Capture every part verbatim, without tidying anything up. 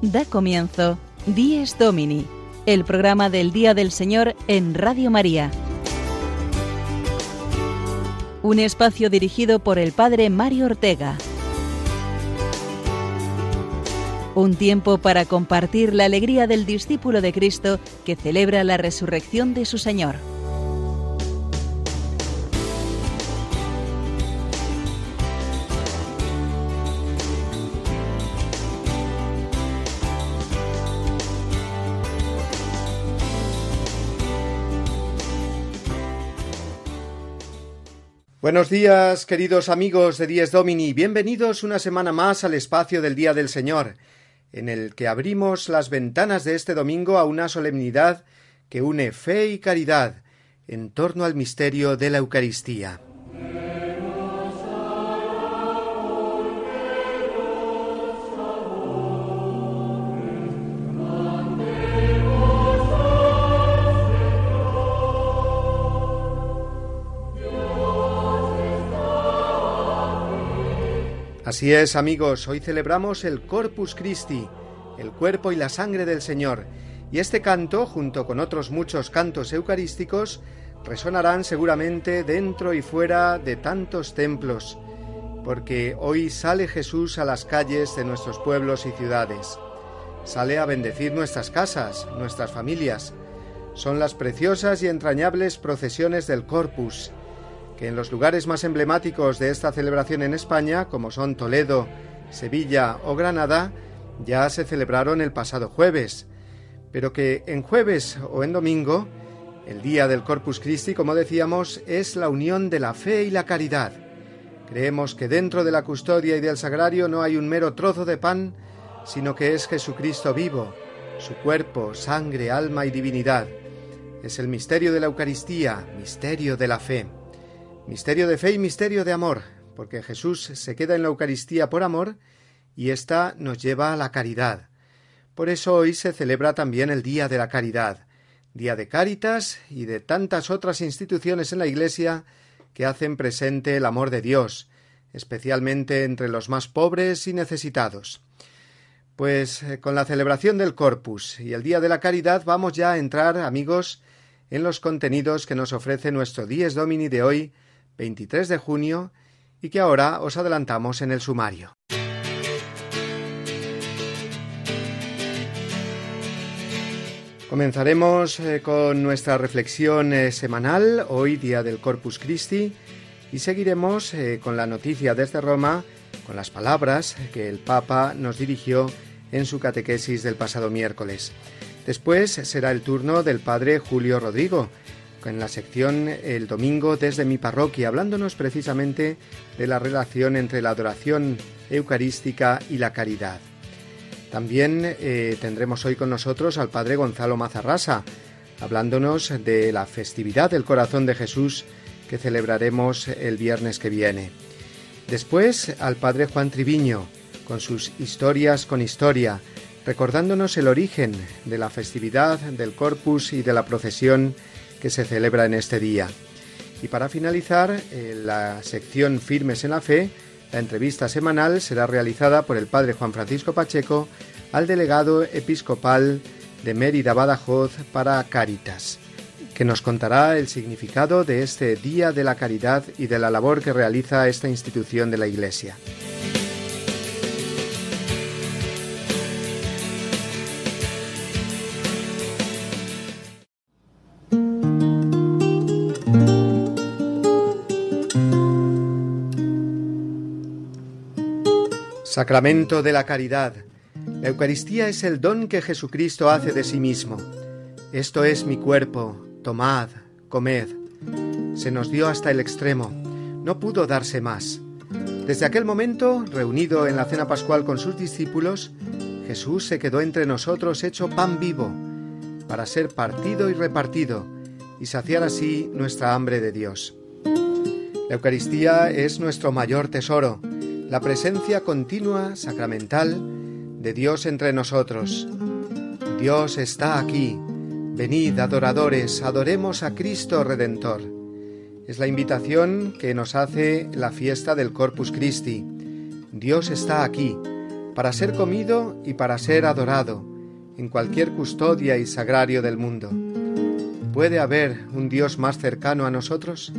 Da comienzo Dies Domini, el programa del Día del Señor en Radio María. Un espacio dirigido por el Padre Mario Ortega. Un tiempo para compartir la alegría del discípulo de Cristo que celebra la resurrección de su Señor. Buenos días, queridos amigos de Dies Domini. Bienvenidos una semana más al espacio del Día del Señor, en el que abrimos las ventanas de este domingo a una solemnidad que une fe y caridad en torno al misterio de la Eucaristía. Así es, amigos, hoy celebramos el Corpus Christi, el cuerpo y la sangre del Señor, y este canto, junto con otros muchos cantos eucarísticos, resonarán seguramente dentro y fuera de tantos templos, porque hoy sale Jesús a las calles de nuestros pueblos y ciudades. Sale a bendecir nuestras casas, nuestras familias. Son las preciosas y entrañables procesiones del Corpus, que en los lugares más emblemáticos de esta celebración en España, como son Toledo, Sevilla o Granada, ya se celebraron el pasado jueves, pero que en jueves o en domingo, el día del Corpus Christi, como decíamos, es la unión de la fe y la caridad. Creemos que dentro de la custodia y del sagrario no hay un mero trozo de pan, sino que es Jesucristo vivo, su cuerpo, sangre, alma y divinidad. Es el misterio de la Eucaristía, misterio de la fe. Misterio de fe y misterio de amor, porque Jesús se queda en la Eucaristía por amor y ésta nos lleva a la caridad. Por eso hoy se celebra también el Día de la Caridad, Día de Cáritas y de tantas otras instituciones en la Iglesia que hacen presente el amor de Dios, especialmente entre los más pobres y necesitados. Pues con la celebración del Corpus y el Día de la Caridad vamos ya a entrar, amigos, en los contenidos que nos ofrece nuestro Dies Domini de hoy, veintitrés de junio, y que ahora os adelantamos en el sumario. Comenzaremos eh, con nuestra reflexión eh, semanal, hoy día del Corpus Christi, y seguiremos eh, con la noticia desde Roma, con las palabras que el Papa nos dirigió en su catequesis del pasado miércoles. Después será el turno del Padre Julio Rodrigo, en la sección El Domingo desde mi parroquia, hablándonos precisamente de la relación entre la adoración eucarística y la caridad. También eh, tendremos hoy con nosotros al Padre Gonzalo Mazarrasa, hablándonos de la festividad del Corazón de Jesús que celebraremos el viernes que viene. Después al Padre Juan Triviño, con sus historias con historia, recordándonos el origen de la festividad del Corpus y de la procesión que se celebra en este día. Y para finalizar, eh, la sección Firmes en la Fe, la entrevista semanal será realizada por el Padre Juan Francisco Pacheco al delegado episcopal de Mérida Badajoz para Cáritas, que nos contará el significado de este Día de la Caridad y de la labor que realiza esta institución de la Iglesia. Sacramento de la caridad. La Eucaristía es el don que Jesucristo hace de sí mismo. Esto es mi cuerpo, tomad, comed. Se nos dio hasta el extremo, no pudo darse más. Desde aquel momento, reunido en la cena pascual con sus discípulos, Jesús se quedó entre nosotros hecho pan vivo, para ser partido y repartido, y saciar así nuestra hambre de Dios. La Eucaristía es nuestro mayor tesoro, la presencia continua, sacramental, de Dios entre nosotros. Dios está aquí. Venid, adoradores, adoremos a Cristo Redentor. Es la invitación que nos hace la fiesta del Corpus Christi. Dios está aquí, para ser comido y para ser adorado en cualquier custodia y sagrario del mundo. ¿Puede haber un Dios más cercano a nosotros?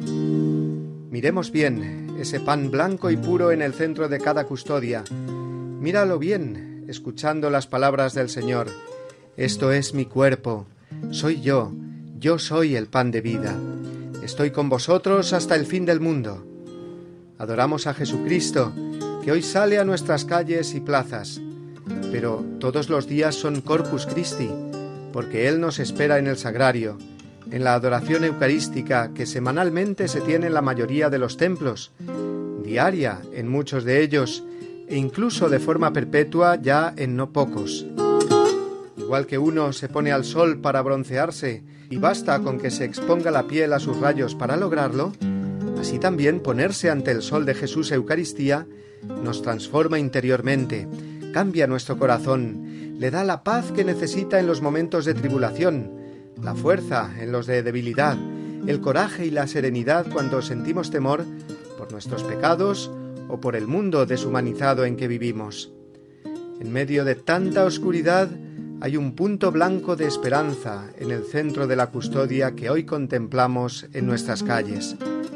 Miremos bien ese pan blanco y puro en el centro de cada custodia. Míralo bien, escuchando las palabras del Señor. Esto es mi cuerpo, soy yo, yo soy el pan de vida. Estoy con vosotros hasta el fin del mundo. Adoramos a Jesucristo, que hoy sale a nuestras calles y plazas, pero todos los días son Corpus Christi, porque Él nos espera en el sagrario, en la adoración eucarística que semanalmente se tiene en la mayoría de los templos, diaria en muchos de ellos, e incluso de forma perpetua ya en no pocos. Igual que uno se pone al sol para broncearse y basta con que se exponga la piel a sus rayos para lograrlo, así también ponerse ante el sol de Jesús Eucaristía nos transforma interiormente, cambia nuestro corazón, le da la paz que necesita en los momentos de tribulación, la fuerza en los de debilidad, el coraje y la serenidad cuando sentimos temor por nuestros pecados o por el mundo deshumanizado en que vivimos. En medio de tanta oscuridad hay un punto blanco de esperanza en el centro de la custodia que hoy contemplamos en nuestras calles.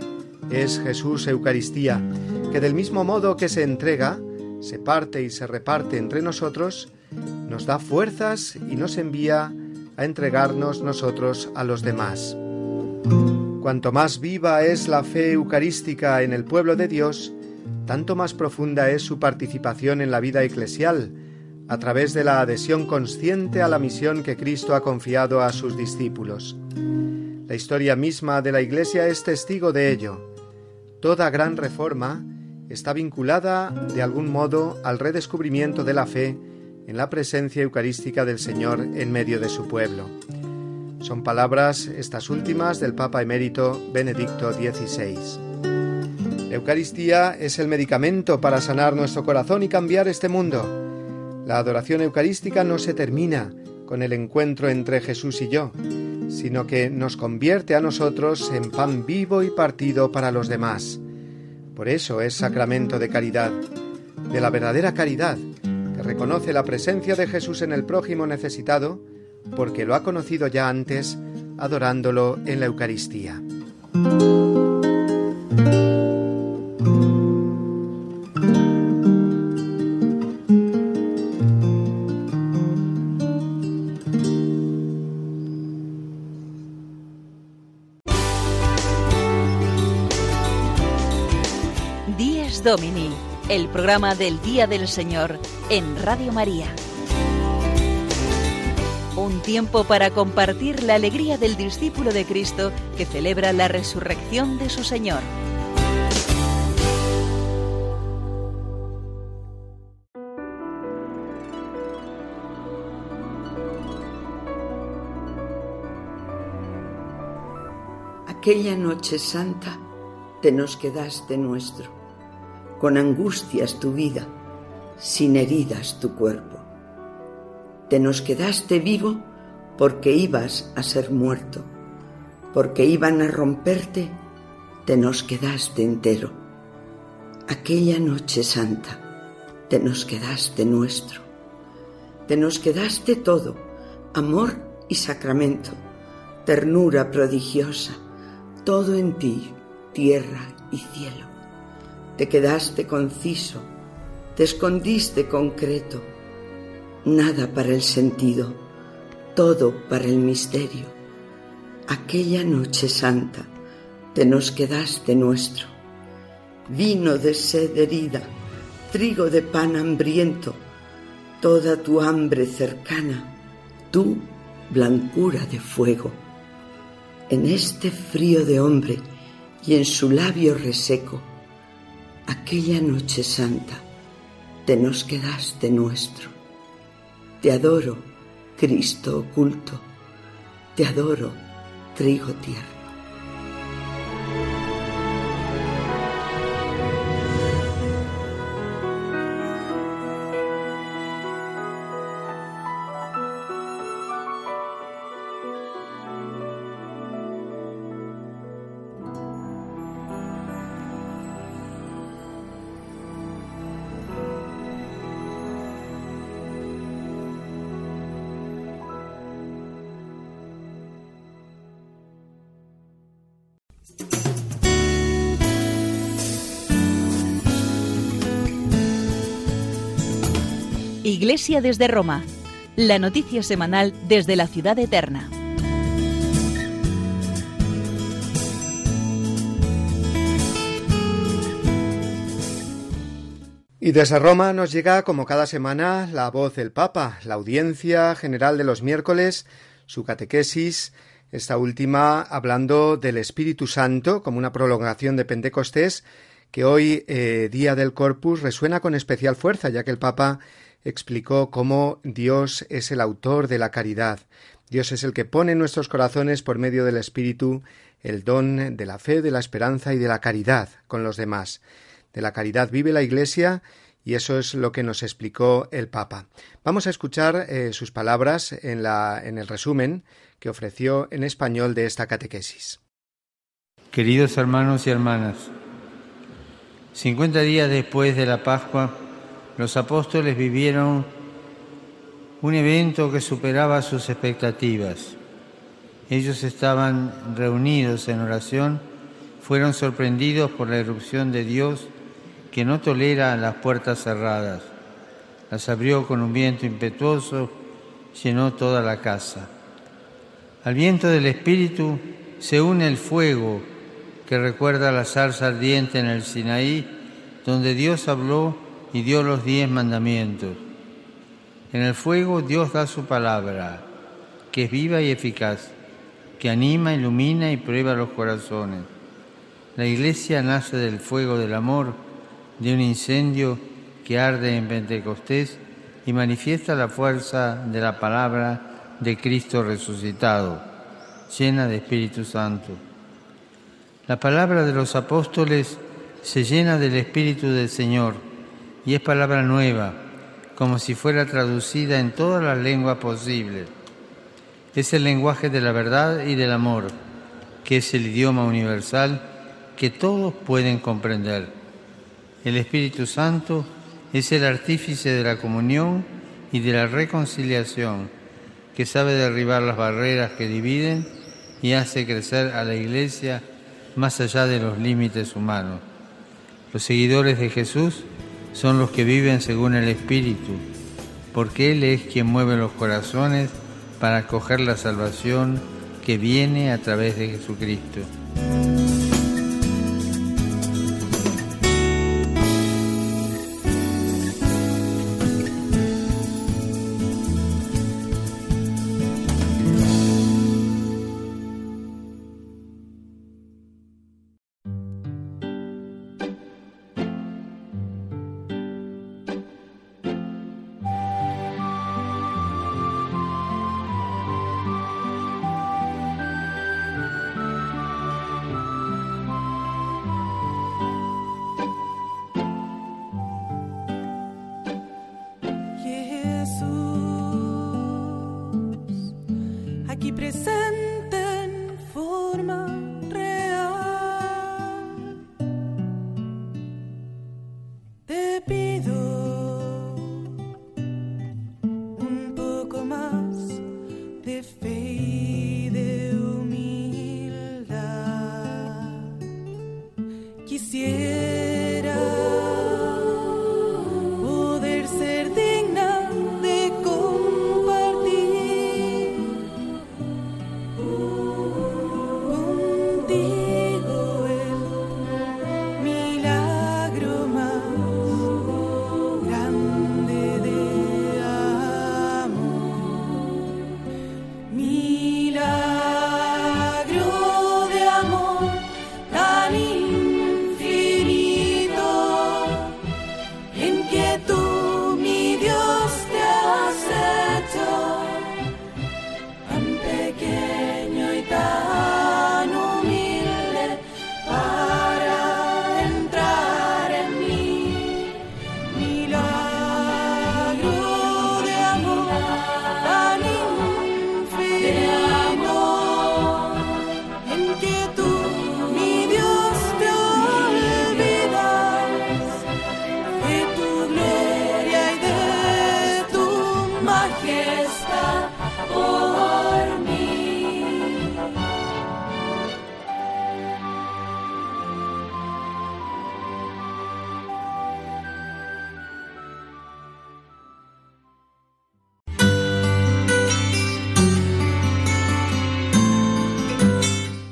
Es Jesús Eucaristía, que del mismo modo que se entrega, se parte y se reparte entre nosotros, nos da fuerzas y nos envía a entregarnos nosotros a los demás. Cuanto más viva es la fe eucarística en el pueblo de Dios, tanto más profunda es su participación en la vida eclesial, a través de la adhesión consciente a la misión que Cristo ha confiado a sus discípulos. La historia misma de la Iglesia es testigo de ello. Toda gran reforma está vinculada de algún modo al redescubrimiento de la fe en la presencia eucarística del Señor en medio de su pueblo. Son palabras estas últimas del Papa emérito Benedicto dieciséis. La Eucaristía es el medicamento para sanar nuestro corazón y cambiar este mundo. La adoración eucarística no se termina con el encuentro entre Jesús y yo, sino que nos convierte a nosotros en pan vivo y partido para los demás. Por eso es sacramento de caridad, de la verdadera caridad, que reconoce la presencia de Jesús en el prójimo necesitado, porque lo ha conocido ya antes, adorándolo en la Eucaristía. Domini, el programa del Día del Señor en Radio María. Un tiempo para compartir la alegría del discípulo de Cristo que celebra la resurrección de su Señor. Aquella noche santa te nos quedaste nuestro. Con angustias tu vida, sin heridas tu cuerpo. Te nos quedaste vivo porque ibas a ser muerto, porque iban a romperte, te nos quedaste entero. Aquella noche santa, te nos quedaste nuestro. Te nos quedaste todo, amor y sacramento, ternura prodigiosa, todo en ti, tierra y cielo. Te quedaste conciso, te escondiste concreto, nada para el sentido, todo para el misterio. Aquella noche santa, te nos quedaste nuestro. Vino de sed herida, trigo de pan hambriento, toda tu hambre cercana, tú blancura de fuego. En este frío de hombre y en su labio reseco, aquella noche santa, te nos quedaste nuestro. Te adoro, Cristo oculto, te adoro, trigo tierno. Iglesia desde Roma, la noticia semanal desde la ciudad eterna. Y desde Roma nos llega, como cada semana, la voz del Papa, la audiencia general de los miércoles, su catequesis, esta última hablando del Espíritu Santo como una prolongación de Pentecostés, que hoy, eh, día del Corpus, resuena con especial fuerza, ya que el Papa explicó cómo Dios es el autor de la caridad. Dios es el que pone en nuestros corazones, por medio del Espíritu, el don de la fe, de la esperanza y de la caridad con los demás. De la caridad vive la Iglesia, y eso es lo que nos explicó el Papa. Vamos a escuchar eh, sus palabras en, la, en el resumen que ofreció en español de esta catequesis. Queridos hermanos y hermanas, cincuenta días después de la Pascua, los apóstoles vivieron un evento que superaba sus expectativas. Ellos estaban reunidos en oración, fueron sorprendidos por la irrupción de Dios, que no tolera las puertas cerradas. Las abrió con un viento impetuoso, llenó toda la casa. Al viento del Espíritu se une el fuego que recuerda la zarza ardiente en el Sinaí, donde Dios habló y dio los diez mandamientos. En el fuego Dios da su palabra, que es viva y eficaz, que anima, ilumina y prueba los corazones. La Iglesia nace del fuego del amor, de un incendio que arde en Pentecostés y manifiesta la fuerza de la palabra de Cristo resucitado, llena de Espíritu Santo. La palabra de los apóstoles se llena del Espíritu del Señor y es palabra nueva, como si fuera traducida en todas las lenguas posibles. Es el lenguaje de la verdad y del amor, que es el idioma universal que todos pueden comprender. El Espíritu Santo es el artífice de la comunión y de la reconciliación, que sabe derribar las barreras que dividen y hace crecer a la Iglesia más allá de los límites humanos. Los seguidores de Jesús son los que viven según el Espíritu, porque Él es quien mueve los corazones para acoger la salvación que viene a través de Jesucristo.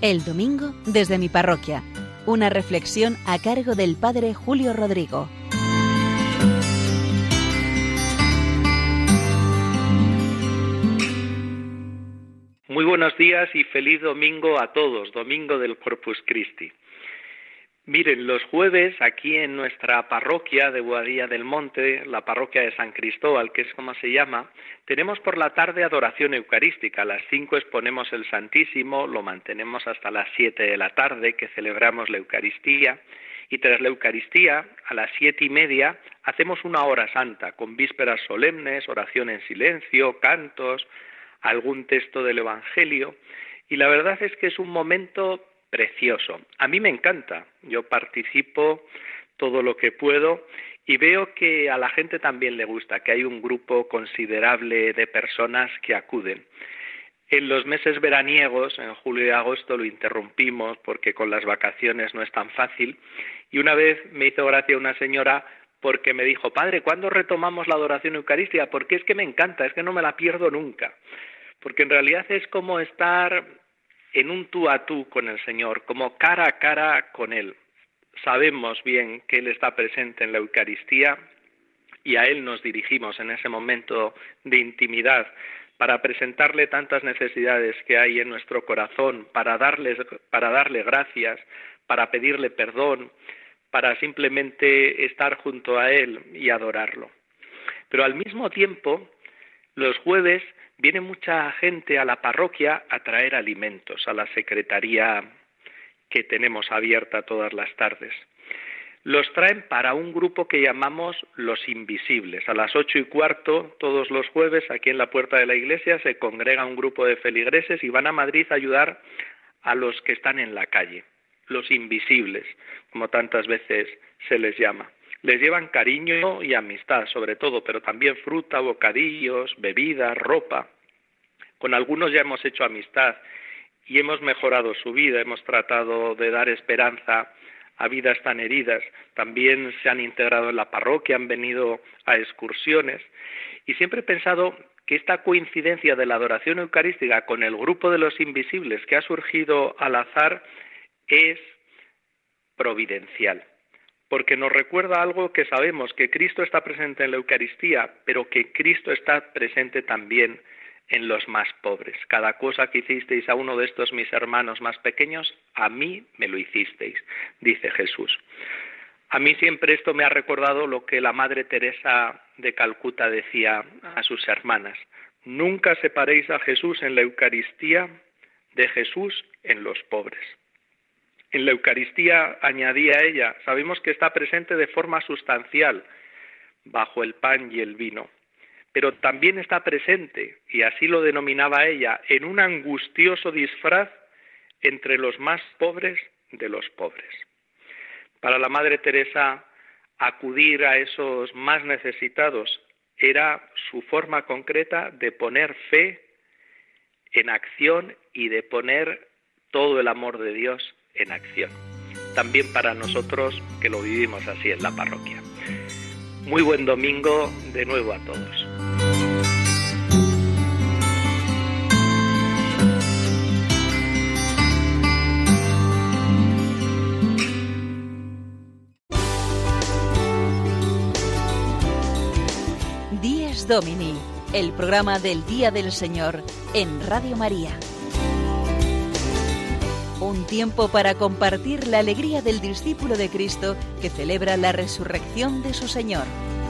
El domingo desde mi parroquia. Una reflexión a cargo del Padre Julio Rodrigo. Muy buenos días y feliz domingo a todos, domingo del Corpus Christi. Miren, los jueves aquí en nuestra parroquia de Boadilla del Monte, la parroquia de San Cristóbal, que es como se llama, tenemos por la tarde adoración eucarística. A las cinco exponemos el Santísimo, lo mantenemos hasta las siete de la tarde, que celebramos la Eucaristía, y tras la Eucaristía, a las siete y media, hacemos una hora santa, con vísperas solemnes, oración en silencio, cantos, algún texto del Evangelio, y la verdad es que es un momento precioso. A mí me encanta, yo participo todo lo que puedo y veo que a la gente también le gusta, que hay un grupo considerable de personas que acuden. En los meses veraniegos, en julio y agosto, lo interrumpimos porque con las vacaciones no es tan fácil, y una vez me hizo gracia una señora porque me dijo: padre, ¿cuándo retomamos la adoración eucarística? Porque es que me encanta, es que no me la pierdo nunca. Porque en realidad es como estar en un tú a tú con el Señor, como cara a cara con Él. Sabemos bien que Él está presente en la Eucaristía y a Él nos dirigimos en ese momento de intimidad para presentarle tantas necesidades que hay en nuestro corazón, para darles, para darle gracias, para pedirle perdón, para simplemente estar junto a Él y adorarlo. Pero al mismo tiempo, los jueves viene mucha gente a la parroquia a traer alimentos, a la secretaría que tenemos abierta todas las tardes. Los traen para un grupo que llamamos Los Invisibles. A las ocho y cuarto, todos los jueves, aquí en la puerta de la iglesia, se congrega un grupo de feligreses y van a Madrid a ayudar a los que están en la calle. Los Invisibles, como tantas veces se les llama. Les llevan cariño y amistad, sobre todo, pero también fruta, bocadillos, bebidas, ropa. Con algunos ya hemos hecho amistad y hemos mejorado su vida, hemos tratado de dar esperanza a vidas tan heridas. También se han integrado en la parroquia, han venido a excursiones. Y siempre he pensado que esta coincidencia de la adoración eucarística con el grupo de los invisibles que ha surgido al azar es providencial. Porque nos recuerda algo que sabemos, que Cristo está presente en la Eucaristía, pero que Cristo está presente también en los más pobres. Cada cosa que hicisteis a uno de estos mis hermanos más pequeños, a mí me lo hicisteis, dice Jesús. A mí siempre esto me ha recordado lo que la Madre Teresa de Calcuta decía a sus hermanas: nunca separéis a Jesús en la Eucaristía de Jesús en los pobres. En la Eucaristía, añadía ella, sabemos que está presente de forma sustancial, bajo el pan y el vino, pero también está presente, y así lo denominaba ella, en un angustioso disfraz entre los más pobres de los pobres. Para la Madre Teresa, acudir a esos más necesitados era su forma concreta de poner fe en acción y de poner todo el amor de Dios en acción. También para nosotros que lo vivimos así en la parroquia. Muy buen domingo de nuevo a todos. Dies Domini, el programa del Día del Señor en Radio María. Un tiempo para compartir la alegría del discípulo de Cristo que celebra la resurrección de su Señor.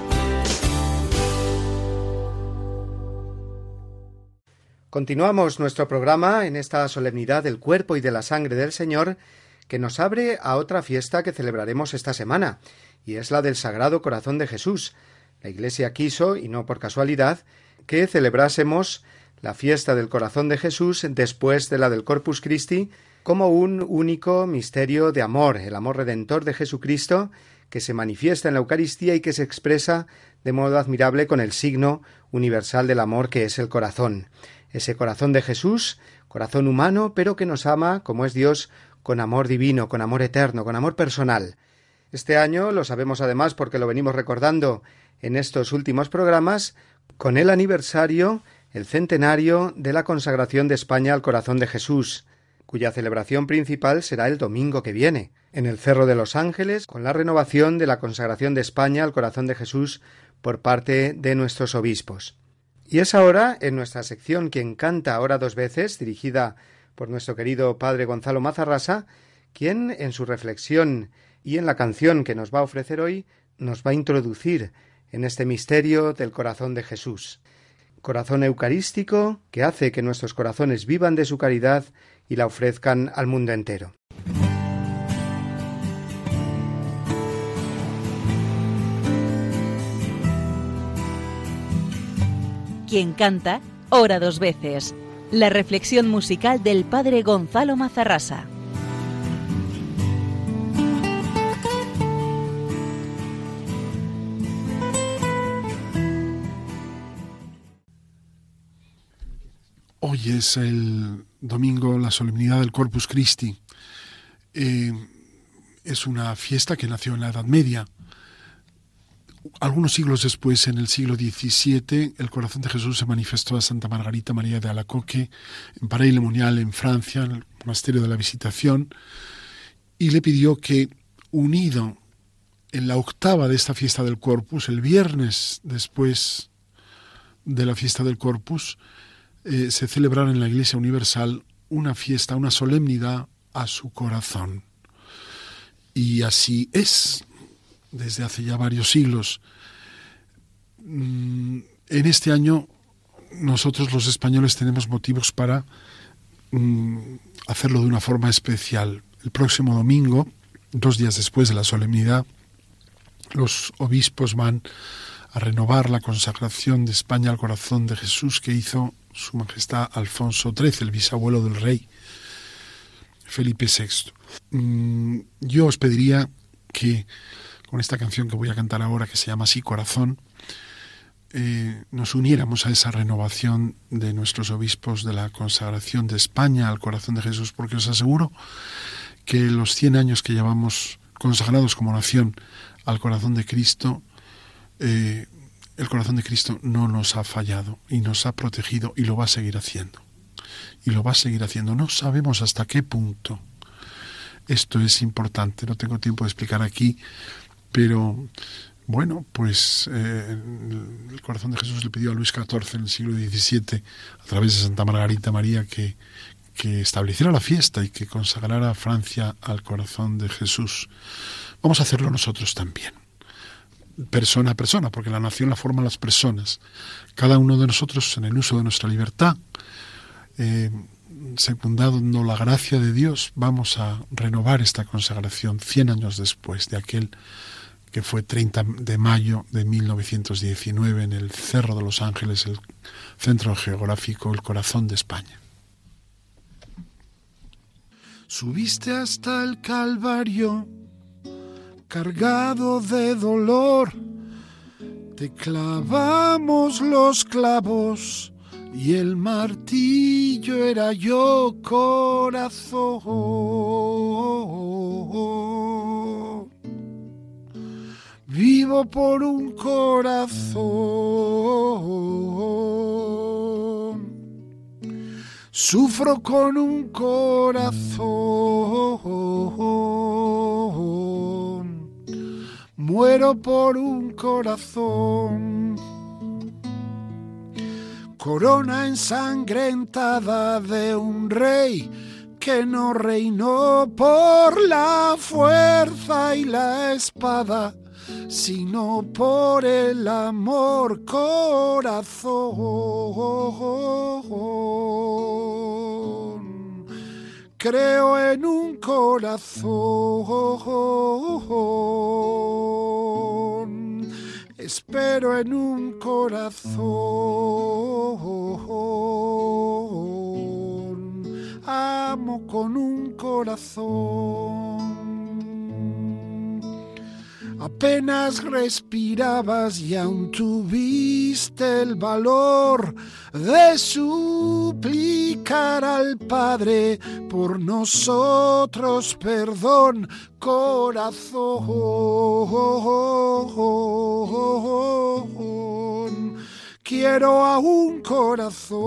Continuamos nuestro programa en esta solemnidad del cuerpo y de la sangre del Señor, que nos abre a otra fiesta que celebraremos esta semana, y es la del Sagrado Corazón de Jesús. La Iglesia quiso, y no por casualidad, que celebrásemos la fiesta del Corazón de Jesús después de la del Corpus Christi, como un único misterio de amor, el amor redentor de Jesucristo, que se manifiesta en la Eucaristía y que se expresa de modo admirable con el signo universal del amor que es el corazón. Ese corazón de Jesús, corazón humano, pero que nos ama, como es Dios, con amor divino, con amor eterno, con amor personal. Este año, lo sabemos además porque lo venimos recordando en estos últimos programas, con el aniversario, el centenario de la consagración de España al corazón de Jesús, cuya celebración principal será el domingo que viene, en el Cerro de los Ángeles, con la renovación de la consagración de España al corazón de Jesús por parte de nuestros obispos. Y es ahora, en nuestra sección Quien canta ahora dos veces, dirigida por nuestro querido padre Gonzalo Mazarrasa, quien en su reflexión y en la canción que nos va a ofrecer hoy, nos va a introducir en este misterio del corazón de Jesús. Corazón eucarístico que hace que nuestros corazones vivan de su caridad y la ofrezcan al mundo entero. Quien canta, ora dos veces. La reflexión musical del padre Gonzalo Mazarrasa. Hoy es el domingo, la solemnidad del Corpus Christi. Eh, es una fiesta que nació en la Edad Media. Algunos siglos después, en el siglo diecisiete, el corazón de Jesús se manifestó a Santa Margarita María de Alacoque, en Paray-le-Monial, en Francia, en el monasterio de la Visitación, y le pidió que, unido en la octava de esta fiesta del Corpus, el viernes después de la fiesta del Corpus, eh, se celebrara en la Iglesia Universal una fiesta, una solemnidad a su corazón. Y así es, desde hace ya varios siglos. En este año nosotros los españoles tenemos motivos para mm, hacerlo de una forma especial. El próximo domingo, dos días después de la solemnidad, los obispos van a renovar la consagración de España al corazón de Jesús que hizo Su Majestad Alfonso trece, el bisabuelo del rey Felipe sexto. Mm, yo os pediría que con esta canción que voy a cantar ahora, que se llama así, Corazón, eh, nos uniéramos a esa renovación de nuestros obispos de la consagración de España al corazón de Jesús, porque os aseguro que los cien años que llevamos consagrados como nación al corazón de Cristo, eh, el corazón de Cristo no nos ha fallado y nos ha protegido y lo va a seguir haciendo. Y lo va a seguir haciendo. No sabemos hasta qué punto. Esto es importante, no tengo tiempo de explicar aquí, pero bueno, pues eh, el corazón de Jesús le pidió a Luis catorce en el siglo diecisiete, a través de Santa Margarita María, que, que estableciera la fiesta y que consagrara a Francia al corazón de Jesús. Vamos a hacerlo nosotros también, persona a persona, porque la nación la forman las personas. Cada uno de nosotros, en el uso de nuestra libertad, eh, secundando la gracia de Dios, vamos a renovar esta consagración cien años después de aquel que fue treinta de mayo de mil novecientos diecinueve en el Cerro de los Ángeles, el centro geográfico, el corazón de España. Subiste hasta el Calvario, cargado de dolor, te clavamos los clavos y el martillo era yo, corazón. Vivo por un corazón, sufro con un corazón, muero por un corazón. Corona ensangrentada de un rey que no reinó por la fuerza y la espada, sino por el amor, corazón. Creo en un corazón, espero en un corazón, amo con un corazón. Apenas respirabas y aún tuviste el valor de suplicar al Padre por nosotros perdón, corazón. quiero a un corazón,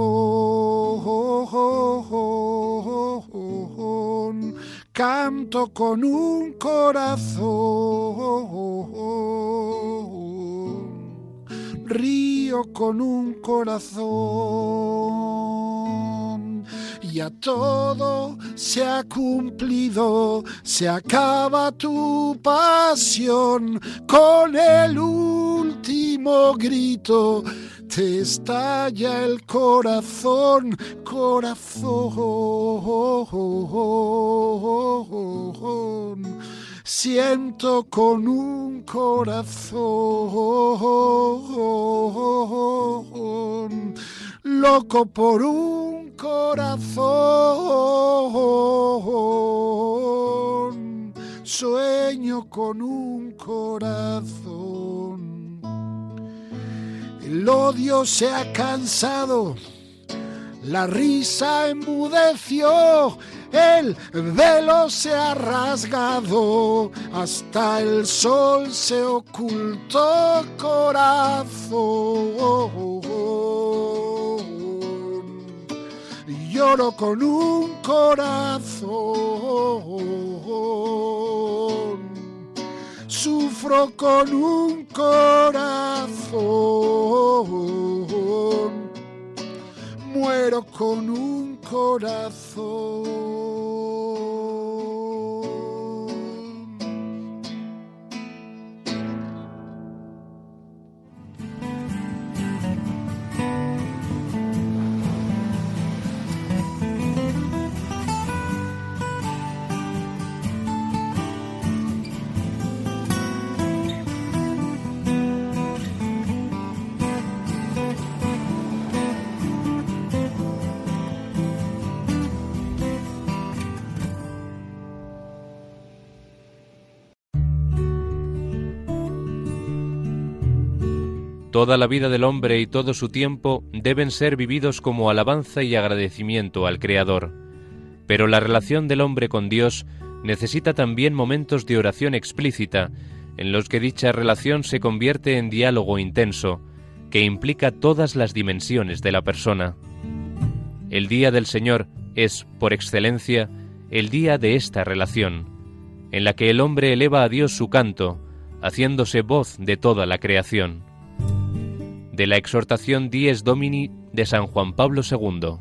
canto con un corazón, río con un corazón. Ya todo se ha cumplido, se acaba tu pasión, con el último grito te estalla el corazón, corazón. Siento con un corazón, loco por un corazón, sueño con un corazón. El odio se ha cansado, la risa enmudeció, el velo se ha rasgado, hasta el sol se ocultó, corazón. Lloro con un corazón, sufro con un corazón, muero con un corazón. Toda la vida del hombre y todo su tiempo deben ser vividos como alabanza y agradecimiento al Creador. Pero la relación del hombre con Dios necesita también momentos de oración explícita, en los que dicha relación se convierte en diálogo intenso, que implica todas las dimensiones de la persona. El Día del Señor es, por excelencia, el día de esta relación, en la que el hombre eleva a Dios su canto, haciéndose voz de toda la creación. De la exhortación Dies Domini de San Juan Pablo segundo.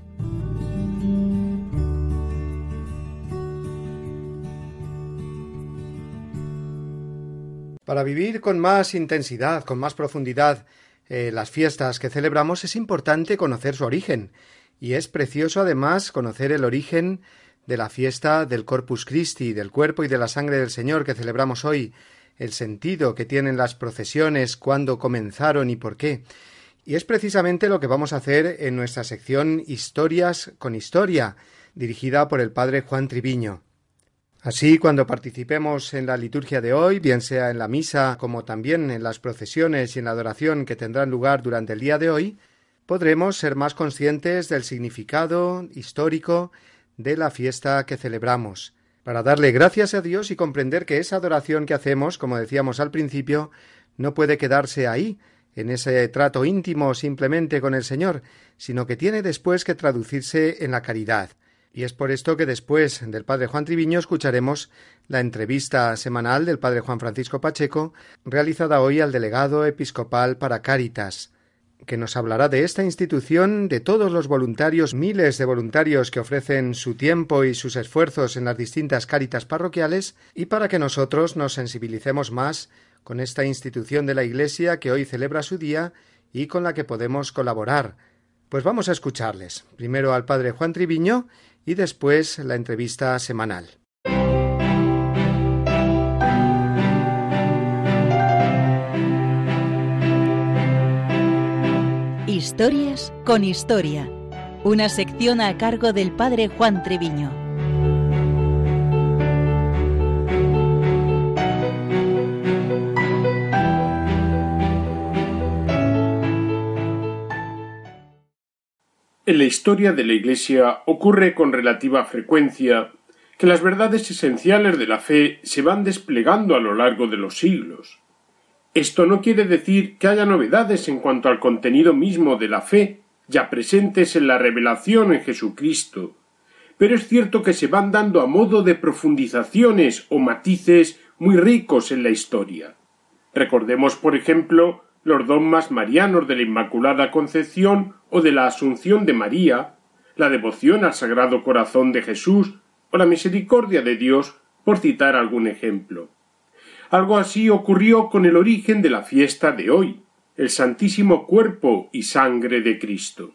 Para vivir con más intensidad, con más profundidad, eh, las fiestas que celebramos, es importante conocer su origen. Y es precioso, además, conocer el origen de la fiesta del Corpus Christi, del cuerpo y de la sangre del Señor que celebramos hoy, el sentido que tienen las procesiones, cuándo comenzaron y por qué. Y es precisamente lo que vamos a hacer en nuestra sección Historias con Historia, dirigida por el padre Juan Triviño. Así, cuando participemos en la liturgia de hoy, bien sea en la misa como también en las procesiones y en la adoración que tendrán lugar durante el día de hoy, podremos ser más conscientes del significado histórico de la fiesta que celebramos, para darle gracias a Dios y comprender que esa adoración que hacemos, como decíamos al principio, no puede quedarse ahí, en ese trato íntimo simplemente con el Señor, sino que tiene después que traducirse en la caridad. Y es por esto que después del padre Juan Triviño escucharemos la entrevista semanal del padre Juan Francisco Pacheco, realizada hoy al delegado episcopal para Cáritas, que nos hablará de esta institución, de todos los voluntarios, miles de voluntarios que ofrecen su tiempo y sus esfuerzos en las distintas cáritas parroquiales, y para que nosotros nos sensibilicemos más con esta institución de la Iglesia que hoy celebra su día y con la que podemos colaborar. Pues vamos a escucharles, primero al padre Juan Triviño y después la entrevista semanal. Historias con Historia, una sección a cargo del padre Juan Triviño. En la historia de la Iglesia ocurre con relativa frecuencia que las verdades esenciales de la fe se van desplegando a lo largo de los siglos, Esto no quiere decir que haya novedades en cuanto al contenido mismo de la fe, ya presentes en la revelación en Jesucristo, pero es cierto que se van dando a modo de profundizaciones o matices muy ricos en la historia. Recordemos, por ejemplo, los dogmas marianos de la Inmaculada Concepción o de la Asunción de María, la devoción al Sagrado Corazón de Jesús o la misericordia de Dios, por citar algún ejemplo. Algo así ocurrió con el origen de la fiesta de hoy, el Santísimo Cuerpo y Sangre de Cristo.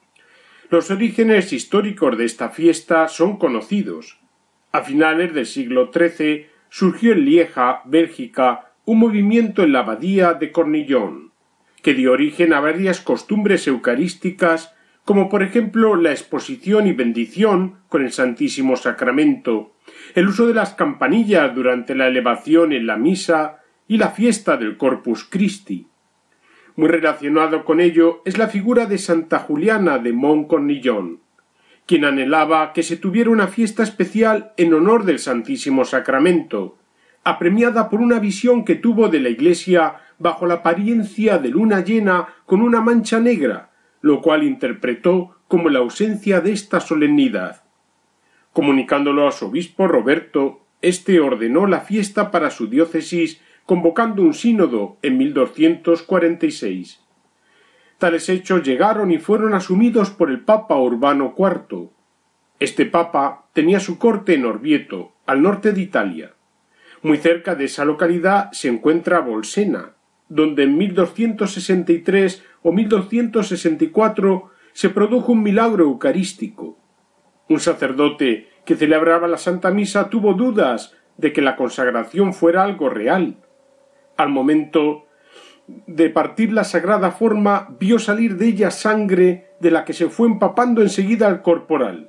Los orígenes históricos de esta fiesta son conocidos. A finales del siglo trece surgió en Lieja, Bélgica, un movimiento en la abadía de Cornillon, que dio origen a varias costumbres eucarísticas, como por ejemplo la exposición y bendición con el Santísimo Sacramento, el uso de las campanillas durante la elevación en la misa y la fiesta del Corpus Christi. Muy relacionado con ello es la figura de Santa Juliana de Montcornillon, quien anhelaba que se tuviera una fiesta especial en honor del Santísimo Sacramento, apremiada por una visión que tuvo de la Iglesia bajo la apariencia de luna llena con una mancha negra, lo cual interpretó como la ausencia de esta solemnidad. Comunicándolo a su obispo Roberto, éste ordenó la fiesta para su diócesis, convocando un sínodo en mil doscientos cuarenta y seis. Tales hechos llegaron y fueron asumidos por el Papa Urbano cuarto. Este papa tenía su corte en Orvieto, al norte de Italia. Muy cerca de esa localidad se encuentra Bolsena, donde en mil doscientos sesenta y tres o mil doscientos sesenta y cuatro se produjo un milagro eucarístico. Un sacerdote que celebraba la Santa Misa tuvo dudas de que la consagración fuera algo real. Al momento de partir la sagrada forma, vio salir de ella sangre de la que se fue empapando enseguida al corporal.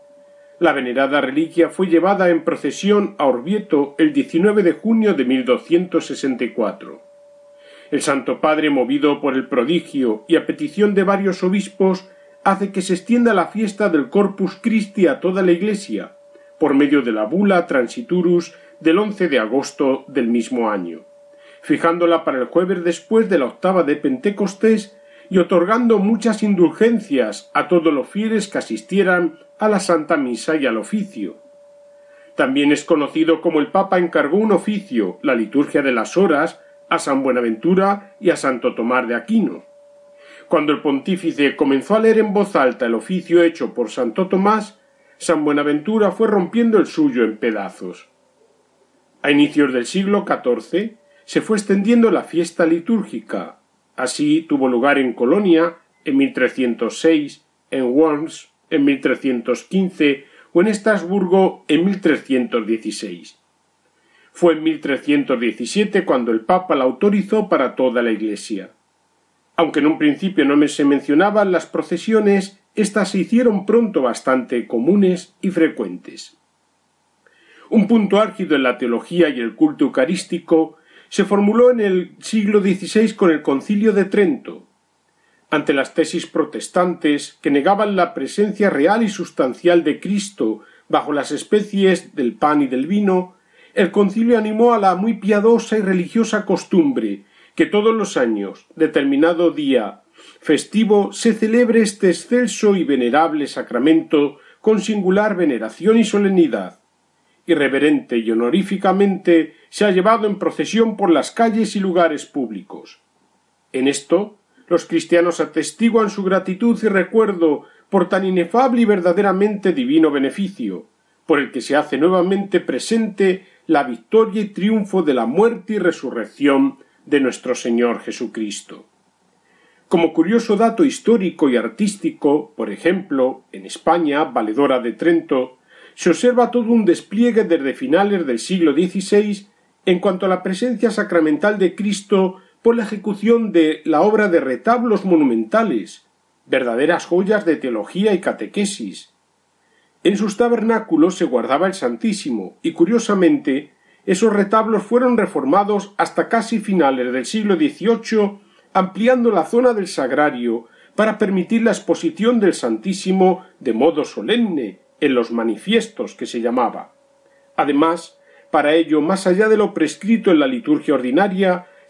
La venerada reliquia fue llevada en procesión a Orvieto el diecinueve de junio de mil doscientos sesenta y cuatro. El Santo Padre, movido por el prodigio y a petición de varios obispos, hace que se extienda la fiesta del Corpus Christi a toda la Iglesia, por medio de la bula Transiturus del once de agosto del mismo año, fijándola para el jueves después de la octava de Pentecostés y otorgando muchas indulgencias a todos los fieles que asistieran a la Santa Misa y al oficio. También es conocido como el Papa encargó un oficio, la liturgia de las horas, a San Buenaventura y a Santo Tomás de Aquino. Cuando el pontífice comenzó a leer en voz alta el oficio hecho por Santo Tomás, San Buenaventura fue rompiendo el suyo en pedazos. A inicios del siglo catorce se fue extendiendo la fiesta litúrgica. Así tuvo lugar en Colonia en mil trescientos seis, en Worms en mil trescientos quince o en Estrasburgo en mil trescientos dieciséis. Fue en mil trescientos diecisiete cuando el Papa la autorizó para toda la Iglesia. Aunque en un principio no se mencionaban las procesiones, éstas se hicieron pronto bastante comunes y frecuentes. Un punto álgido en la teología y el culto eucarístico se formuló en el siglo dieciséis con el Concilio de Trento. Ante las tesis protestantes que negaban la presencia real y sustancial de Cristo bajo las especies del pan y del vino, el concilio animó a la muy piadosa y religiosa costumbre que todos los años, determinado día festivo, se celebre este excelso y venerable sacramento con singular veneración y solemnidad. Irreverente y honoríficamente se ha llevado en procesión por las calles y lugares públicos. En esto, los cristianos atestiguan su gratitud y recuerdo por tan inefable y verdaderamente divino beneficio, por el que se hace nuevamente presente la victoria y triunfo de la muerte y resurrección de nuestro Señor Jesucristo. Como curioso dato histórico y artístico, por ejemplo, en España, valedora de Trento, se observa todo un despliegue desde finales del siglo dieciséis en cuanto a la presencia sacramental de Cristo por la ejecución de la obra de retablos monumentales, verdaderas joyas de teología y catequesis. En sus tabernáculos se guardaba el Santísimo y, curiosamente, esos retablos fueron reformados hasta casi finales del siglo dieciocho, ampliando la zona del sagrario para permitir la exposición del Santísimo de modo solemne en los manifiestos que se llamaba. Además, para ello, más allá de lo prescrito en la liturgia ordinaria,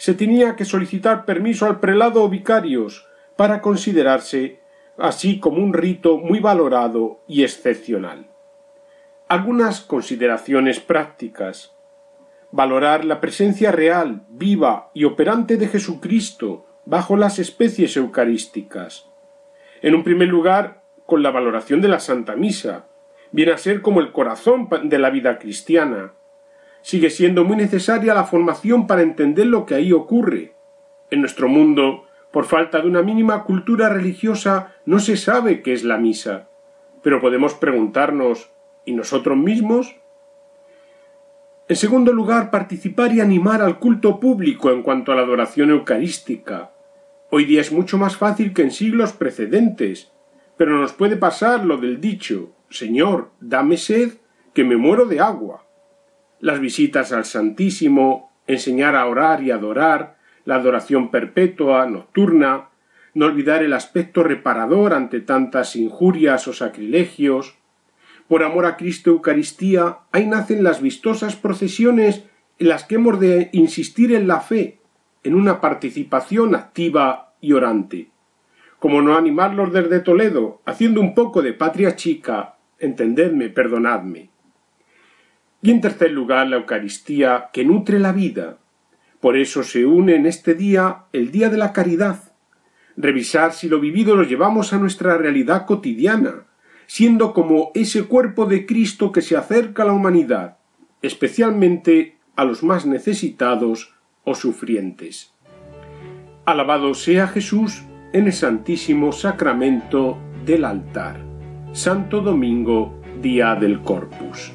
se tenía que solicitar permiso al prelado o vicarios para considerarse así como un rito muy valorado y excepcional. Algunas consideraciones prácticas. Valorar la presencia real, viva y operante de Jesucristo bajo las especies eucarísticas. En un primer lugar, con la valoración de la Santa Misa, viene a ser como el corazón de la vida cristiana. Sigue siendo muy necesaria la formación para entender lo que ahí ocurre. En nuestro mundo, por falta de una mínima cultura religiosa, no se sabe qué es la misa. Pero podemos preguntarnos, ¿y nosotros mismos? En segundo lugar, participar y animar al culto público en cuanto a la adoración eucarística. Hoy día es mucho más fácil que en siglos precedentes, pero nos puede pasar lo del dicho, Señor, dame sed, que me muero de agua. Las visitas al Santísimo, enseñar a orar y adorar, la adoración perpetua, nocturna, no olvidar el aspecto reparador ante tantas injurias o sacrilegios. Por amor a Cristo Eucaristía, ahí nacen las vistosas procesiones en las que hemos de insistir en la fe, en una participación activa y orante. Como no animarlos desde Toledo, haciendo un poco de patria chica, entendedme, perdonadme. Y en tercer lugar, la Eucaristía que nutre la vida. Por eso se une en este día el Día de la Caridad. Revisar si lo vivido lo llevamos a nuestra realidad cotidiana, siendo como ese cuerpo de Cristo que se acerca a la humanidad, especialmente a los más necesitados o sufrientes. Alabado sea Jesús en el Santísimo Sacramento del altar. Santo Domingo, día del Corpus.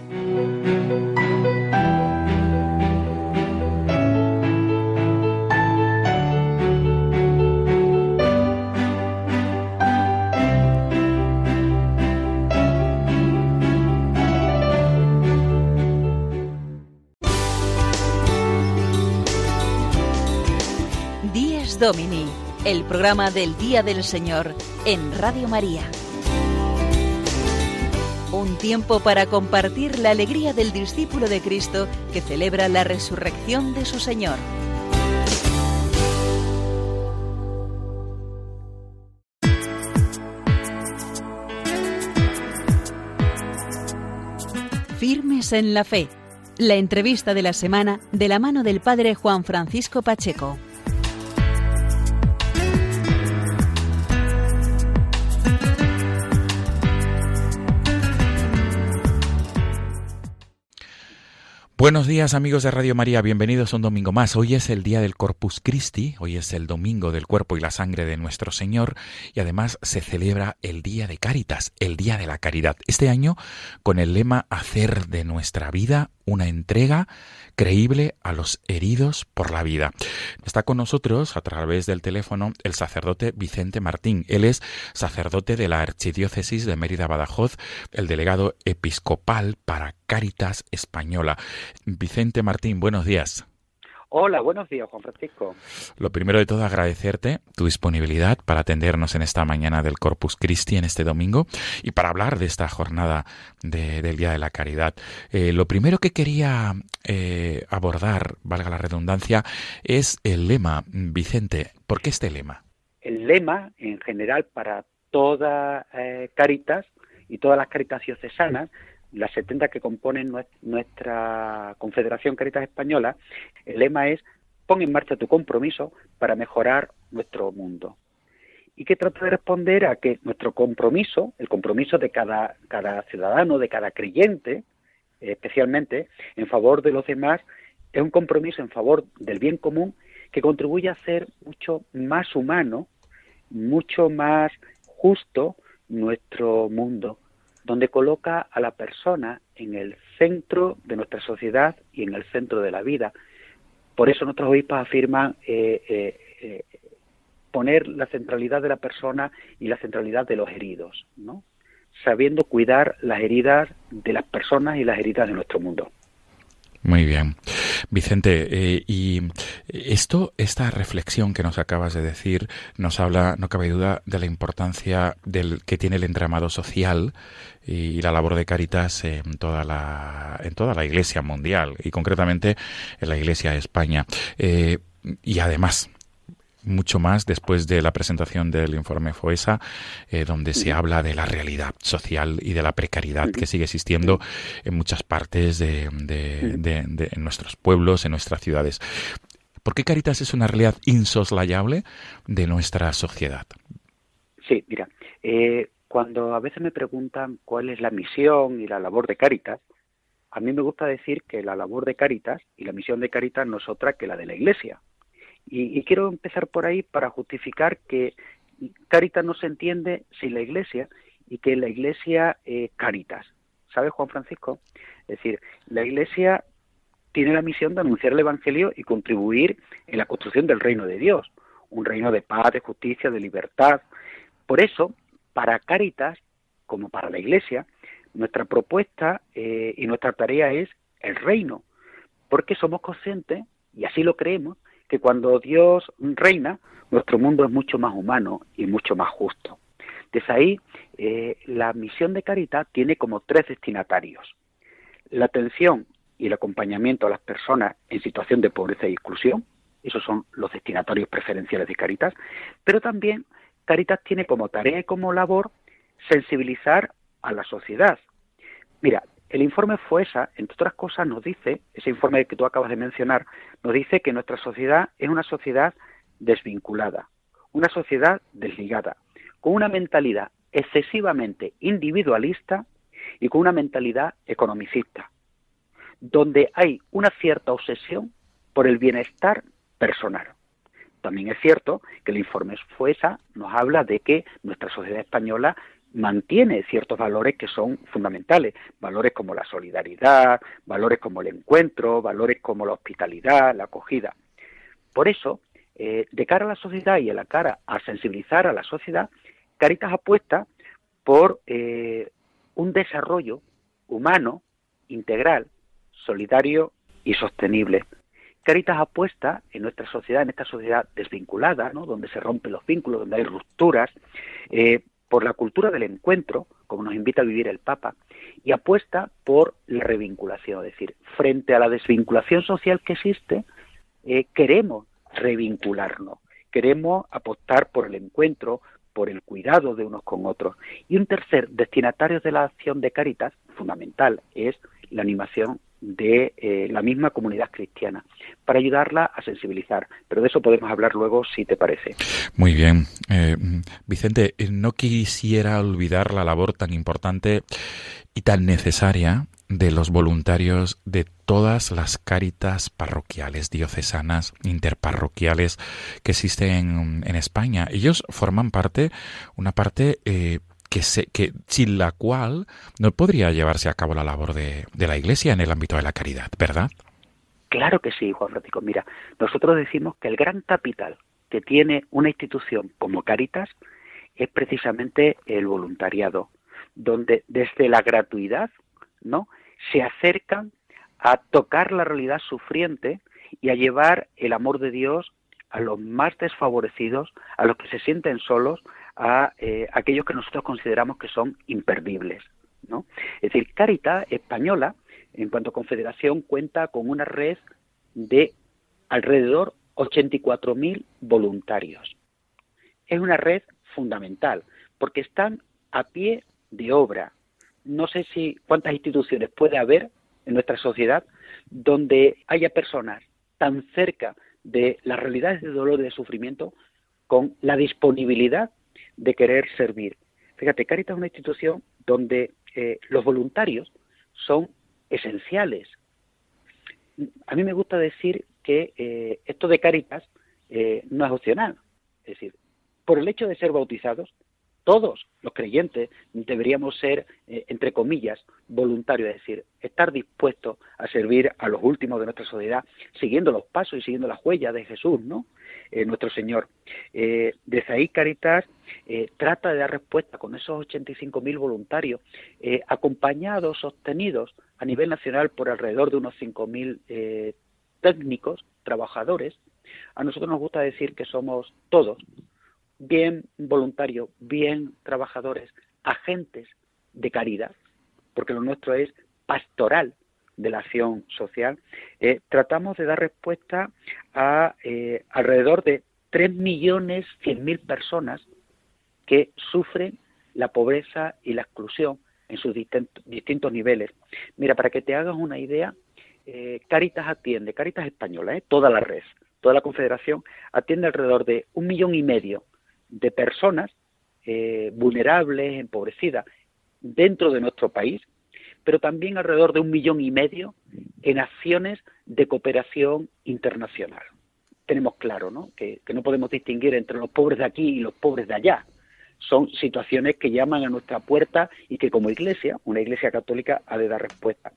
Domini, el programa del Día del Señor en Radio María. Un tiempo para compartir la alegría del discípulo de Cristo que celebra la resurrección de su Señor. Firmes en la fe. La entrevista de la semana de la mano del Padre Juan Francisco Pacheco. Buenos días amigos de Radio María, bienvenidos un domingo más. Hoy es el día del Corpus Christi, hoy es el domingo del cuerpo y la sangre de nuestro Señor y además se celebra el Día de Cáritas, el Día de la Caridad. Este año con el lema Hacer de nuestra vida una entrega creíble a los heridos por la vida. Está con nosotros a través del teléfono el sacerdote Vicente Martín. Él es sacerdote de la Archidiócesis de Mérida-Badajoz, el delegado episcopal para Cáritas Española. Vicente Martín, buenos días. Hola, buenos días, Juan Francisco. Lo primero de todo, agradecerte tu disponibilidad para atendernos en esta mañana del Corpus Christi, en este domingo, y para hablar de esta jornada de, del Día de la Caridad. Eh, lo primero que quería eh, abordar, valga la redundancia, es el lema. Vicente, ¿por qué este lema? El lema, en general, para todas eh, Cáritas y todas las Cáritas diocesanas, las setenta que componen nuestra Confederación Cáritas Española, el lema es: pon en marcha tu compromiso para mejorar nuestro mundo. Y que trata de responder a que nuestro compromiso, el compromiso de cada, cada ciudadano, de cada creyente, especialmente en favor de los demás, es un compromiso en favor del bien común que contribuye a hacer mucho más humano, mucho más justo nuestro mundo, donde coloca a la persona en el centro de nuestra sociedad y en el centro de la vida. Por eso nuestros obispos afirman eh, eh, eh, poner la centralidad de la persona y la centralidad de los heridos, ¿no? Sabiendo cuidar las heridas de las personas y las heridas de nuestro mundo. Muy bien. Vicente, eh, y esto, esta reflexión que nos acabas de decir, nos habla, no cabe duda, de la importancia del que tiene el entramado social y la labor de Cáritas en toda la, en toda la Iglesia mundial y concretamente en la Iglesia de España. Eh, y además mucho más después de la presentación del informe FOESA, eh, donde se habla de la realidad social y de la precariedad que sigue existiendo en muchas partes de, de, de, de en nuestros pueblos, en nuestras ciudades. ¿Por qué Cáritas es una realidad insoslayable de nuestra sociedad? Sí, mira, eh, cuando a veces me preguntan cuál es la misión y la labor de Cáritas, a mí me gusta decir que la labor de Cáritas y la misión de Cáritas no es otra que la de la Iglesia. Y, y quiero empezar por ahí para justificar que Cáritas no se entiende sin la Iglesia y que la Iglesia es Cáritas. ¿Sabes, Juan Francisco? Es decir, la Iglesia tiene la misión de anunciar el Evangelio y contribuir en la construcción del reino de Dios, un reino de paz, de justicia, de libertad. Por eso, para Cáritas, como para la Iglesia, nuestra propuesta eh, y nuestra tarea es el reino, porque somos conscientes, y así lo creemos, que cuando Dios reina, nuestro mundo es mucho más humano y mucho más justo. Desde ahí, eh, la misión de Cáritas tiene como tres destinatarios: la atención y el acompañamiento a las personas en situación de pobreza y exclusión, esos son los destinatarios preferenciales de Cáritas, pero también Cáritas tiene como tarea y como labor sensibilizar a la sociedad. Mira, el informe FOESA, entre otras cosas, nos dice, ese informe que tú acabas de mencionar, nos dice que nuestra sociedad es una sociedad desvinculada, una sociedad desligada, con una mentalidad excesivamente individualista y con una mentalidad economicista, donde hay una cierta obsesión por el bienestar personal. También es cierto que el informe FOESA nos habla de que nuestra sociedad española mantiene ciertos valores que son fundamentales, valores como la solidaridad, valores como el encuentro, valores como la hospitalidad, la acogida. Por eso, eh, de cara a la sociedad y a la cara a sensibilizar a la sociedad, Cáritas apuesta por eh, un desarrollo humano, integral, solidario y sostenible. Cáritas apuesta en nuestra sociedad, en esta sociedad desvinculada, ¿no?, donde se rompen los vínculos, donde hay rupturas, eh, por la cultura del encuentro, como nos invita a vivir el Papa, y apuesta por la revinculación. Es decir, frente a la desvinculación social que existe, eh, queremos revincularnos, queremos apostar por el encuentro, por el cuidado de unos con otros. Y un tercer destinatario de la acción de Cáritas, fundamental, es la animación de eh, la misma comunidad cristiana, para ayudarla a sensibilizar. Pero de eso podemos hablar luego, si te parece. Muy bien. Eh, Vicente, no quisiera olvidar la labor tan importante y tan necesaria de los voluntarios de todas las Cáritas parroquiales, diocesanas, interparroquiales que existen en, en España. Ellos forman parte, una parte eh, que, se, que sin la cual no podría llevarse a cabo la labor de, de la Iglesia en el ámbito de la caridad, ¿verdad? Claro que sí, Juan Francisco. Mira, nosotros decimos que el gran capital que tiene una institución como Cáritas es precisamente el voluntariado, donde desde la gratuidad, ¿no?, se acercan a tocar la realidad sufriente y a llevar el amor de Dios a los más desfavorecidos, a los que se sienten solos, a eh, aquellos que nosotros consideramos que son imperdibles, ¿no? Es decir, Cáritas española, en cuanto a confederación, cuenta con una red de alrededor ochenta y cuatro mil voluntarios. Es una red fundamental, porque están a pie de obra. No sé si cuántas instituciones puede haber en nuestra sociedad donde haya personas tan cerca de las realidades de dolor y de sufrimiento con la disponibilidad de querer servir. Fíjate, Cáritas es una institución donde eh, los voluntarios son esenciales. A mí me gusta decir que eh, esto de Cáritas eh, no es opcional. Es decir, por el hecho de ser bautizados, todos los creyentes deberíamos ser, eh, entre comillas, voluntarios, es decir, estar dispuestos a servir a los últimos de nuestra sociedad, siguiendo los pasos y siguiendo las huellas de Jesús, ¿no?, eh, nuestro Señor. Eh, desde ahí Cáritas eh, trata de dar respuesta con esos ochenta y cinco mil voluntarios, eh, acompañados, sostenidos a nivel nacional por alrededor de unos cinco mil eh, técnicos, trabajadores. A nosotros nos gusta decir que somos todos bien voluntarios, bien trabajadores, agentes de caridad, porque lo nuestro es pastoral, de la acción social, eh, tratamos de dar respuesta a eh, alrededor de tres millones cien mil personas que sufren la pobreza y la exclusión en sus distintos, distintos niveles. Mira, para que te hagas una idea, eh, Cáritas atiende, Cáritas Española, eh, toda la red, toda la confederación, atiende alrededor de un millón y medio de personas eh, vulnerables, empobrecidas, dentro de nuestro país, pero también alrededor de un millón y medio en acciones de cooperación internacional. Tenemos claro, ¿no?, que, que no podemos distinguir entre los pobres de aquí y los pobres de allá. Son situaciones que llaman a nuestra puerta y que como iglesia, una iglesia católica, ha de dar respuesta.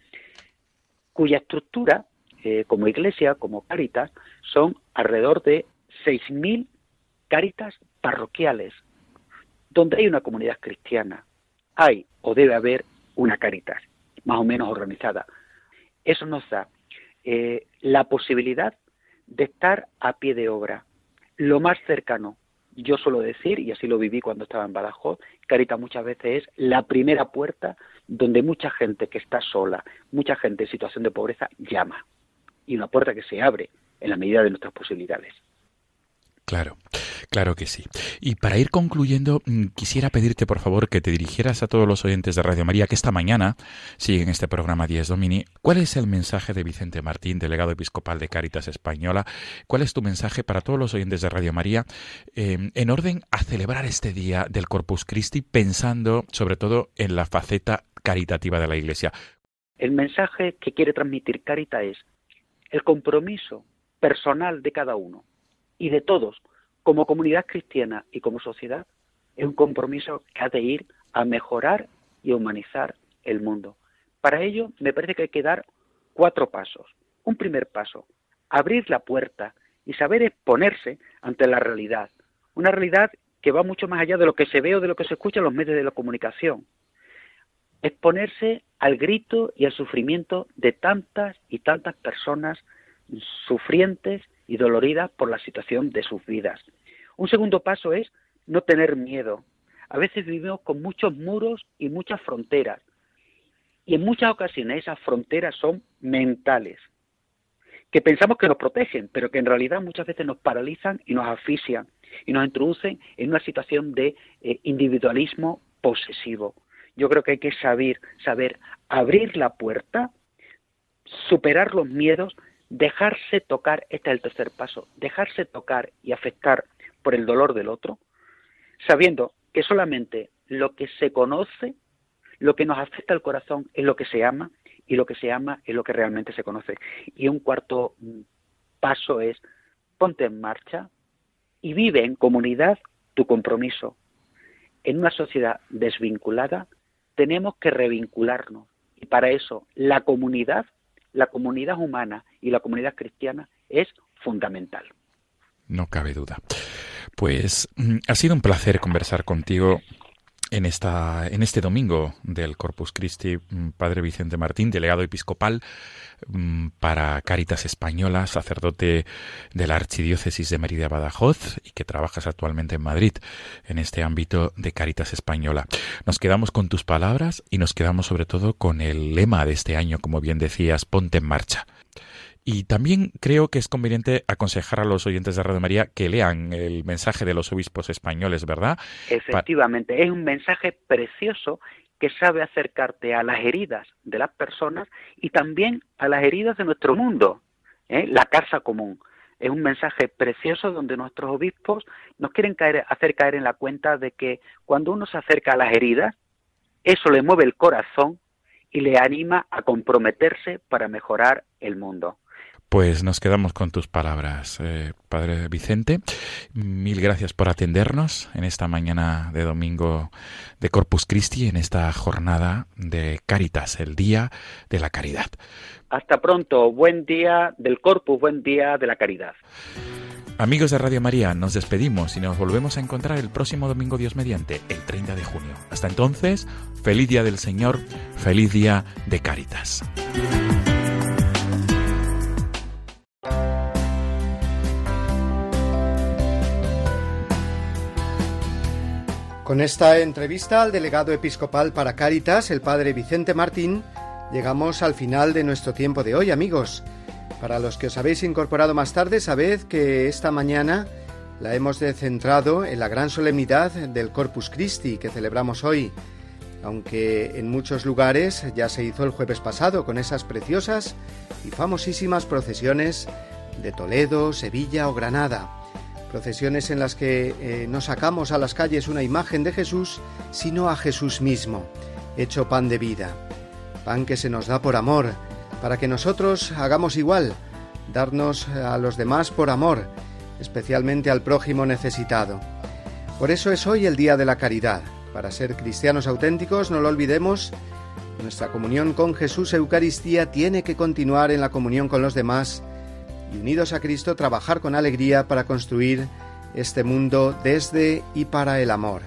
Cuya estructura, eh, como iglesia, como Cáritas, son alrededor de seis mil Cáritas parroquiales, donde hay una comunidad cristiana. Hay o debe haber una Cáritas, más o menos organizada. Eso nos da eh, la posibilidad de estar a pie de obra, lo más cercano. Yo suelo decir, y así lo viví cuando estaba en Badajoz, Cáritas muchas veces es la primera puerta donde mucha gente que está sola, mucha gente en situación de pobreza llama. Y una puerta que se abre en la medida de nuestras posibilidades. Claro, claro que sí. Y para ir concluyendo, quisiera pedirte, por favor, que te dirigieras a todos los oyentes de Radio María que esta mañana siguen este programa Dies Domini. ¿Cuál es el mensaje de Vicente Martín, delegado episcopal de Cáritas Española? ¿Cuál es tu mensaje para todos los oyentes de Radio María eh, en orden a celebrar este día del Corpus Christi, pensando sobre todo en la faceta caritativa de la Iglesia? El mensaje que quiere transmitir Cáritas es el compromiso personal de cada uno y de todos, como comunidad cristiana y como sociedad, es un compromiso que ha de ir a mejorar y humanizar el mundo. Para ello, me parece que hay que dar cuatro pasos. Un primer paso, abrir la puerta y saber exponerse ante la realidad. Una realidad que va mucho más allá de lo que se ve o de lo que se escucha en los medios de la comunicación. Exponerse al grito y al sufrimiento de tantas y tantas personas sufrientes y doloridas por la situación de sus vidas. Un segundo paso es no tener miedo. A veces vivimos con muchos muros y muchas fronteras, y en muchas ocasiones esas fronteras son mentales, que pensamos que nos protegen, pero que en realidad muchas veces nos paralizan y nos asfixian, y nos introducen en una situación de eh, individualismo posesivo. Yo creo que hay que saber, saber abrir la puerta, superar los miedos, dejarse tocar, este es el tercer paso, dejarse tocar y afectar por el dolor del otro, sabiendo que solamente lo que se conoce, lo que nos afecta al corazón es lo que se ama, y lo que se ama es lo que realmente se conoce. Y un cuarto paso es, ponte en marcha y vive en comunidad tu compromiso. En una sociedad desvinculada tenemos que revincularnos, y para eso la comunidad, la comunidad humana y la comunidad cristiana es fundamental. No cabe duda. Pues ha sido un placer conversar contigo en esta en este domingo del Corpus Christi, Padre Vicente Martín, delegado episcopal para Cáritas Española, sacerdote de la Archidiócesis de Mérida-Badajoz y que trabajas actualmente en Madrid en este ámbito de Cáritas Española. Nos quedamos con tus palabras y nos quedamos sobre todo con el lema de este año, como bien decías, ponte en marcha. Y también creo que es conveniente aconsejar a los oyentes de Radio María que lean el mensaje de los obispos españoles, ¿verdad? Efectivamente, pa- es un mensaje precioso que sabe acercarte a las heridas de las personas y también a las heridas de nuestro mundo, ¿eh? La casa común. Es un mensaje precioso donde nuestros obispos nos quieren caer, hacer caer en la cuenta de que cuando uno se acerca a las heridas, eso le mueve el corazón y le anima a comprometerse para mejorar el mundo. Pues nos quedamos con tus palabras, eh, Padre Vicente. Mil gracias por atendernos en esta mañana de domingo de Corpus Christi, en esta jornada de Cáritas, el Día de la Caridad. Hasta pronto, buen día del Corpus, buen día de la Caridad. Amigos de Radio María, nos despedimos y nos volvemos a encontrar el próximo domingo, Dios mediante, el treinta de junio. Hasta entonces, feliz Día del Señor, feliz Día de Cáritas. Con esta entrevista al delegado episcopal para Cáritas, el padre Vicente Martín, Llegamos al final de nuestro tiempo de hoy, amigos. Para los que os habéis incorporado más tarde, sabed que esta mañana la hemos centrado en la gran solemnidad del Corpus Christi que celebramos hoy, aunque en muchos lugares ya se hizo el jueves pasado con esas preciosas y famosísimas procesiones de Toledo, Sevilla o Granada. Procesiones en las que eh, no sacamos a las calles una imagen de Jesús, sino a Jesús mismo, hecho pan de vida. Pan que se nos da por amor, para que nosotros hagamos igual, darnos a los demás por amor, especialmente al prójimo necesitado. Por eso es hoy el Día de la Caridad. Para ser cristianos auténticos, no lo olvidemos, nuestra comunión con Jesús Eucaristía tiene que continuar en la comunión con los demás y unidos a Cristo trabajar con alegría para construir este mundo desde y para el amor.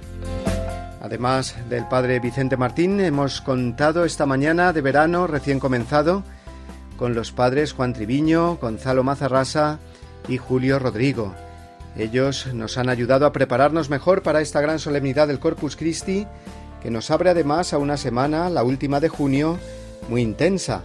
Además del Padre Vicente Martín, hemos contado esta mañana de verano recién comenzado con los padres Juan Triviño, Gonzalo Mazarrasa y Julio Rodrigo. Ellos nos han ayudado a prepararnos mejor para esta gran solemnidad del Corpus Christi, que nos abre además a una semana, la última de junio, muy intensa.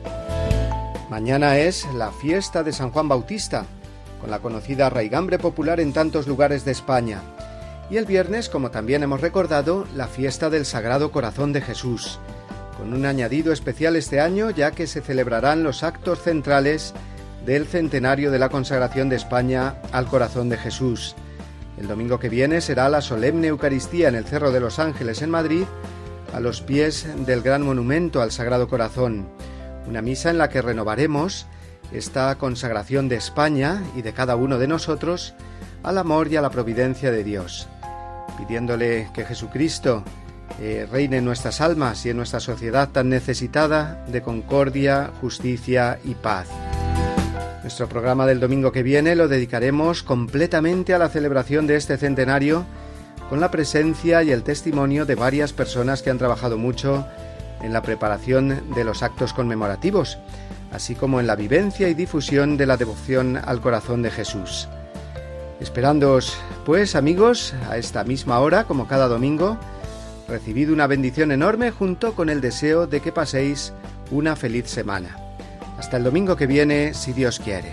Mañana es la fiesta de San Juan Bautista, con la conocida raigambre popular en tantos lugares de España. Y el viernes, como también hemos recordado, la fiesta del Sagrado Corazón de Jesús, con un añadido especial este año, ya que se celebrarán los actos centrales del centenario de la consagración de España al Corazón de Jesús. El domingo que viene será la solemne Eucaristía en el Cerro de los Ángeles en Madrid, a los pies del gran monumento al Sagrado Corazón. Una misa en la que renovaremos esta consagración de España y de cada uno de nosotros al amor y a la providencia de Dios, pidiéndole que Jesucristo eh, reine en nuestras almas y en nuestra sociedad tan necesitada de concordia, justicia y paz. Nuestro programa del domingo que viene lo dedicaremos completamente a la celebración de este centenario, con la presencia y el testimonio de varias personas que han trabajado mucho en la preparación de los actos conmemorativos, así como en la vivencia y difusión de la devoción al corazón de Jesús. Esperándoos, pues, amigos, a esta misma hora, como cada domingo, recibid una bendición enorme junto con el deseo de que paséis una feliz semana. Hasta el domingo que viene, si Dios quiere.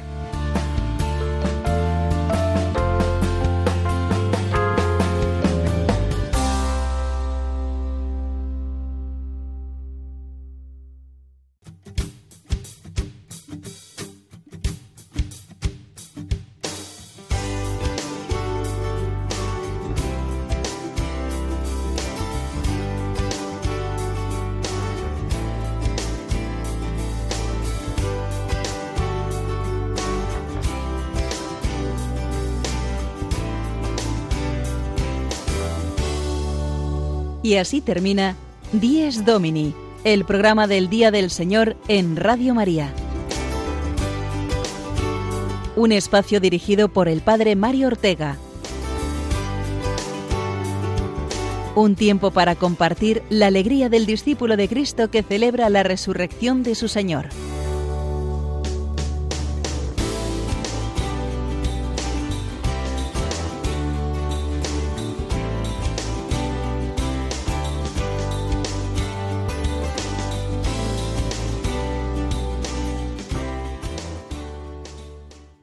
Y así termina Dies Domini, el programa del Día del Señor en Radio María. Un espacio dirigido por el Padre Mario Ortega. Un tiempo para compartir la alegría del discípulo de Cristo que celebra la resurrección de su Señor.